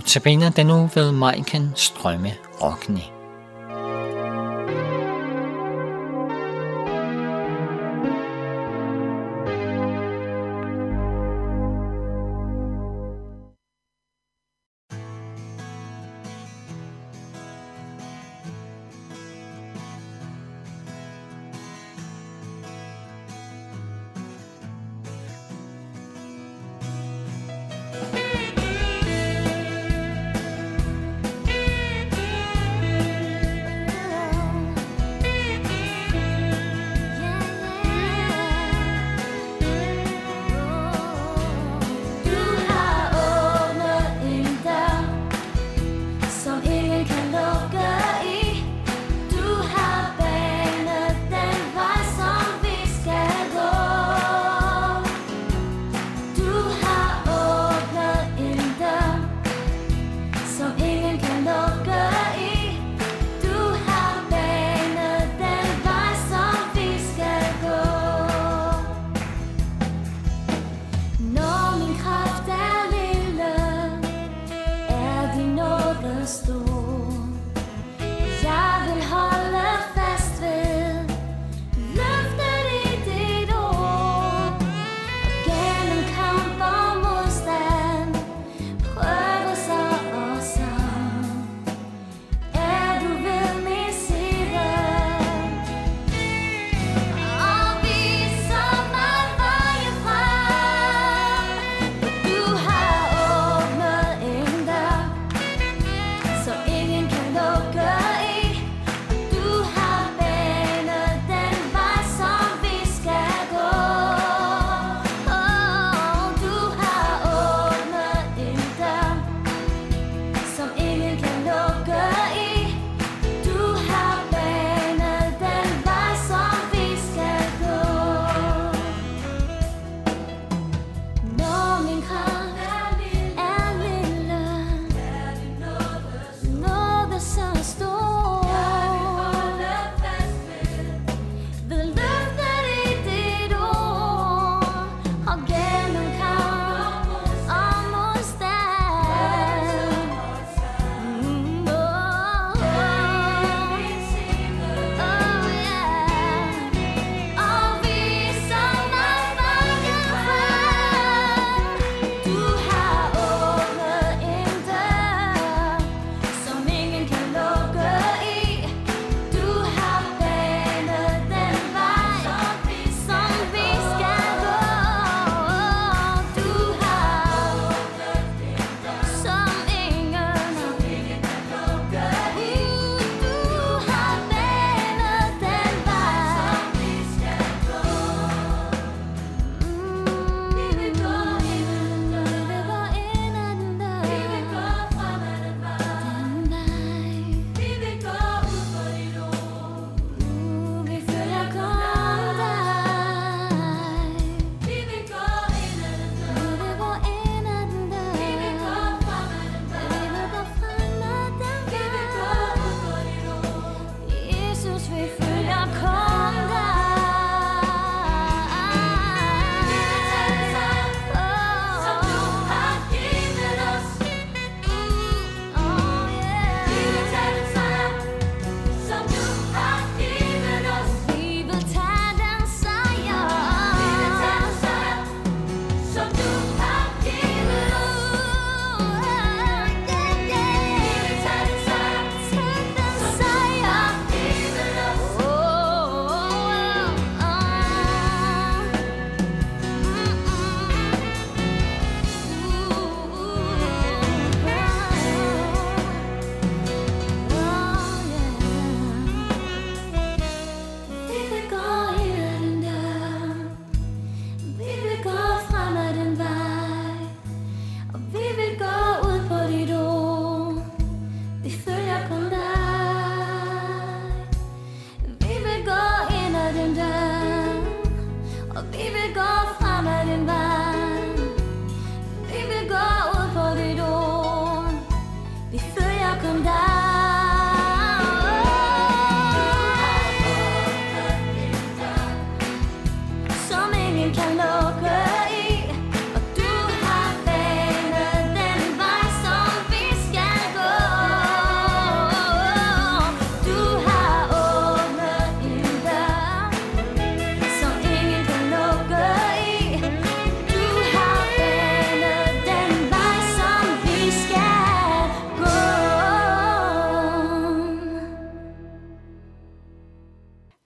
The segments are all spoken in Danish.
Notabene den nu ved Majken Strømme Rockne.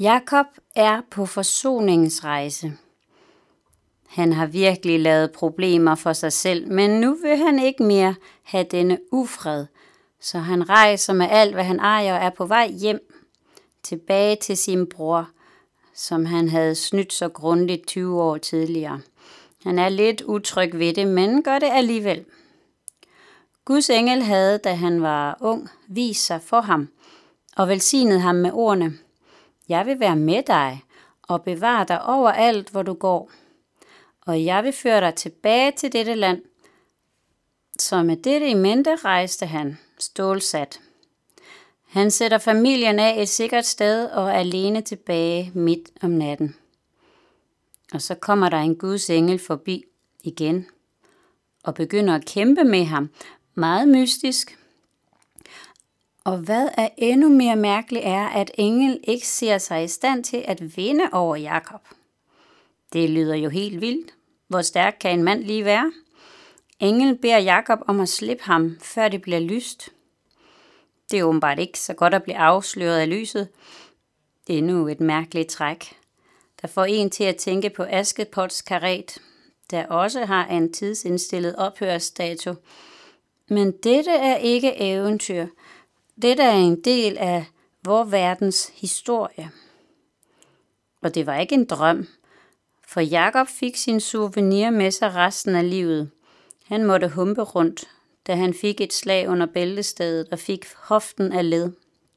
Jakob er på forsoningsrejse. Han har virkelig lavet problemer for sig selv, men nu vil han ikke mere have denne ufred, så han rejser med alt, hvad han ejer, og er på vej hjem, tilbage til sin bror, som han havde snydt så grundigt 20 år tidligere. Han er lidt utryg ved det, men gør det alligevel. Guds engel havde, da han var ung, vist sig for ham og velsignet ham med ordene: Jeg vil være med dig og bevare dig overalt, hvor du går. Og jeg vil føre dig tilbage til dette land. Så med dette i mente rejste han, stålsat. Han sætter familien af et sikkert sted og er alene tilbage midt om natten. Og så kommer der en Guds engel forbi igen og begynder at kæmpe med ham. Meget mystisk. Og hvad er endnu mere mærkeligt er, at engel ikke ser sig i stand til at vinde over Jakob. Det lyder jo helt vildt. Hvor stærk kan en mand lige være? Engel beder Jakob om at slippe ham, før det bliver lyst. Det er åbenbart ikke så godt at blive afsløret af lyset. Det er endnu et mærkeligt træk, der får en til at tænke på Askepots karet, der også har en tidsindstillet ophørsdato. Men dette er ikke eventyr. Dette er en del af vor verdens historie. Og det var ikke en drøm, for Jakob fik sin souvenir med sig resten af livet. Han måtte humpe rundt, da han fik et slag under bæltestedet og fik hoften af led.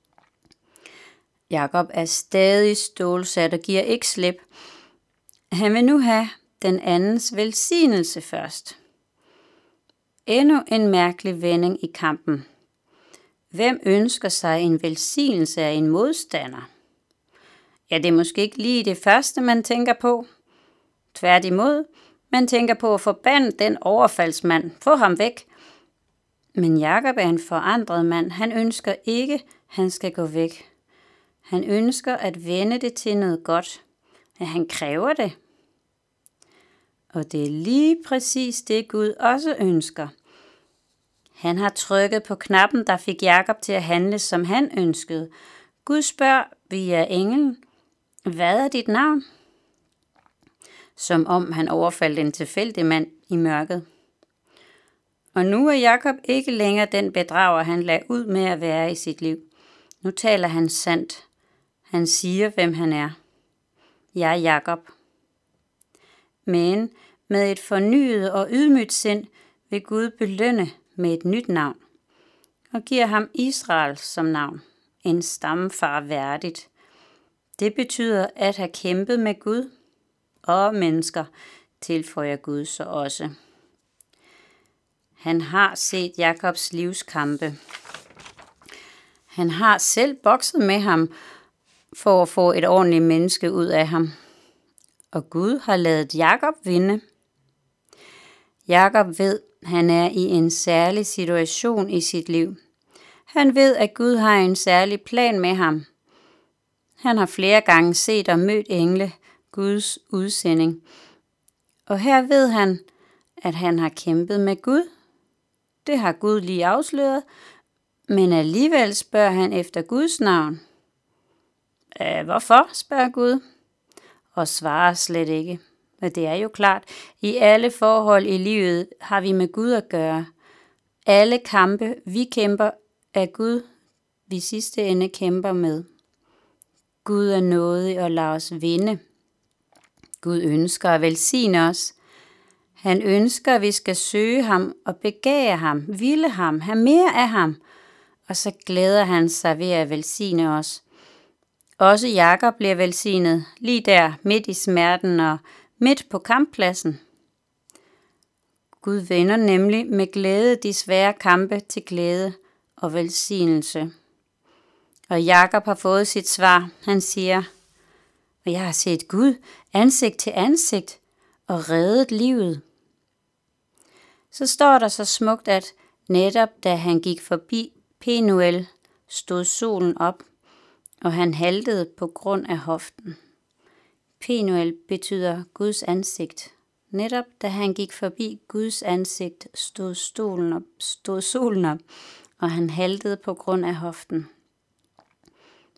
Jakob er stadig stålsat og giver ikke slip. Han vil nu have den andens velsignelse først. Endnu en mærkelig vending i kampen. Hvem ønsker sig en velsignelse af en modstander? Ja, det er måske ikke lige det første, man tænker på. Tværtimod, man tænker på at forbande den overfaldsmand. Få ham væk. Men Jakob er en forandret mand. Han ønsker ikke, han skal gå væk. Han ønsker at vende det til noget godt. At han kræver det. Og det er lige præcis det, Gud også ønsker. Han har trykket på knappen, der fik Jakob til at handle, som han ønskede. Gud spørger via englen: Hvad er dit navn? Som om han overfaldt en tilfældig mand i mørket. Og nu er Jakob ikke længere den bedrager, han lagde ud med at være i sit liv. Nu taler han sandt. Han siger, hvem han er. Jeg er Jakob. Men med et fornyet og ydmygt sind vil Gud belønne med et nyt navn og giver ham Israel som navn, en stamfar værdigt. Det betyder at have kæmpet med Gud og mennesker, tilføjer Gud så også. Han har set Jakobs livskampe. Han har selv bokset med ham for at få et ordentligt menneske ud af ham. Og Gud har ladet Jakob vinde. Jakob ved, han er i en særlig situation i sit liv. Han ved, at Gud har en særlig plan med ham. Han har flere gange set og mødt engle, Guds udsending. Og her ved han, at han har kæmpet med Gud. Det har Gud lige afsløret, men alligevel spørger han efter Guds navn. Hvorfor, spørger Gud, og svarer slet ikke. Og det er jo klart, i alle forhold i livet har vi med Gud at gøre. Alle kampe, vi kæmper, er Gud, vi sidste ende kæmper med. Gud er nådig og lader os vinde. Gud ønsker at velsigne os. Han ønsker, at vi skal søge ham og begære ham, ville ham, have mere af ham. Og så glæder han sig ved at velsigne os. Også Jakob bliver velsignet, lige der midt i smerten og midt på kamppladsen. Gud vender nemlig med glæde de svære kampe til glæde og velsignelse. Og Jakob har fået sit svar. Han siger: Jeg har set Gud ansigt til ansigt og reddet livet. Så står der så smukt, at netop da han gik forbi Penuel, stod solen op, og han haltede på grund af hoften. Penuel betyder Guds ansigt. Netop da han gik forbi Guds ansigt, stod solen op, og han haltede på grund af hoften.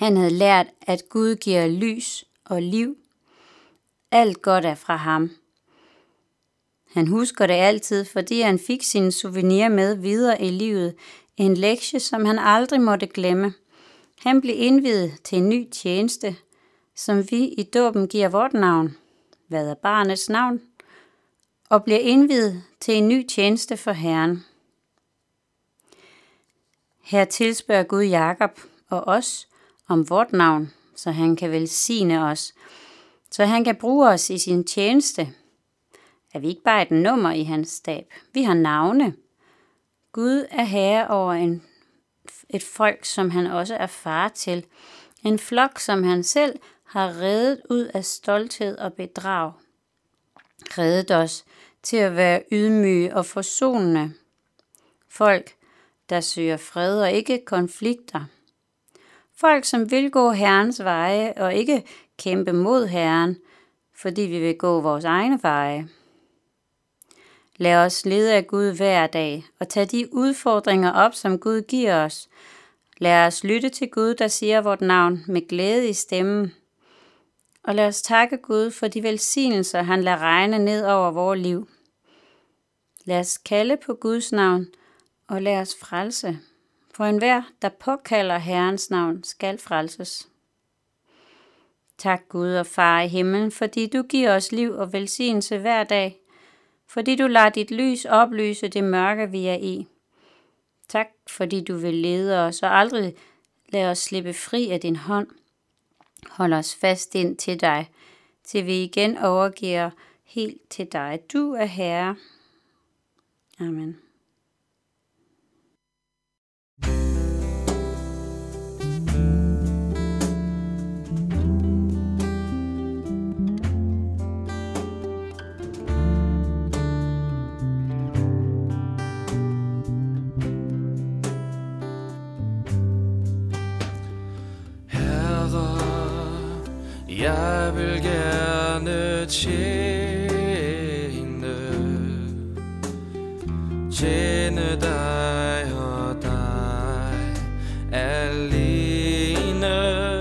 Han havde lært, at Gud giver lys og liv. Alt godt er fra ham. Han husker det altid, fordi han fik sine souvenirer med videre i livet. En lektie, som han aldrig måtte glemme. Han blev indviet til en ny tjeneste, som vi i dåben giver vort navn. Hvad er barnets navn? Og bliver indviet til en ny tjeneste for Herren. Her tilspørger Gud Jakob og os om vort navn, så han kan velsigne os, så han kan bruge os i sin tjeneste. Er vi ikke bare et nummer i hans stab? Vi har navne. Gud er herre over et folk, som han også er far til. En flok, som han selv har reddet ud af stolthed og bedrag. Reddet os til at være ydmyge og forsonende. Folk, der søger fred og ikke konflikter. Folk, som vil gå Herrens veje og ikke kæmpe mod Herren, fordi vi vil gå vores egne veje. Lad os lede af Gud hver dag og tage de udfordringer op, som Gud giver os. Lad os lytte til Gud, der siger vort navn med glæde i stemmen. Og lad os takke Gud for de velsignelser, han lader regne ned over vores liv. Lad os kalde på Guds navn og lad os frelse. For enhver, der påkalder Herrens navn, skal frelses. Tak Gud og Far i himlen, fordi du giver os liv og velsignelse hver dag. Fordi du lader dit lys oplyse det mørke, vi er i. Tak, fordi du vil lede os og aldrig lade os slippe fri af din hånd. Hold os fast ind til dig, til vi igen overgiver helt til dig. Du er Herre. Amen. Jeg vil gerne tjene dig og dig alene.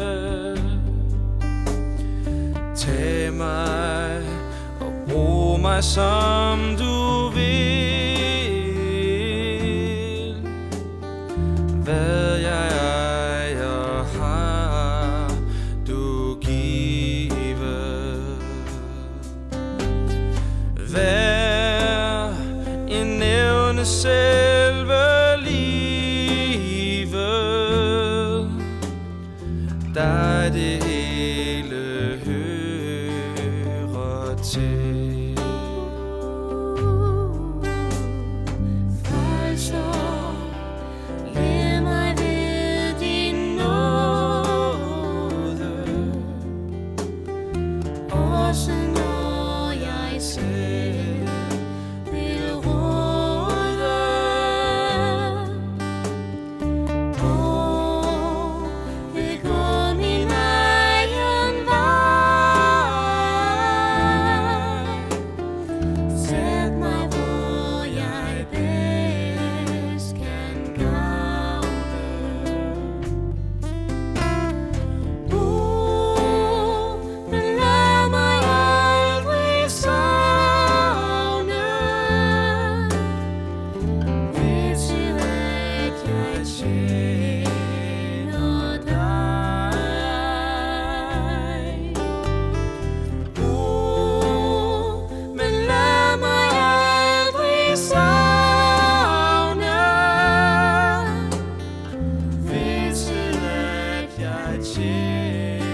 Tag mig og brug mig som du vil. Hvad jeg ejer har du givet. Vær en nævne selve livet. Dig det hele hører til. Frelser, led mig ved din nåde, også når jeg selv vil råde. Og vil gå min egen vej. Sæt mig, hvor jeg bedst kan gavne. Men lad mig aldrig savne, hvis at jeg tjener dig. Men lad mig aldrig savne, hvis at jeg tjener dig.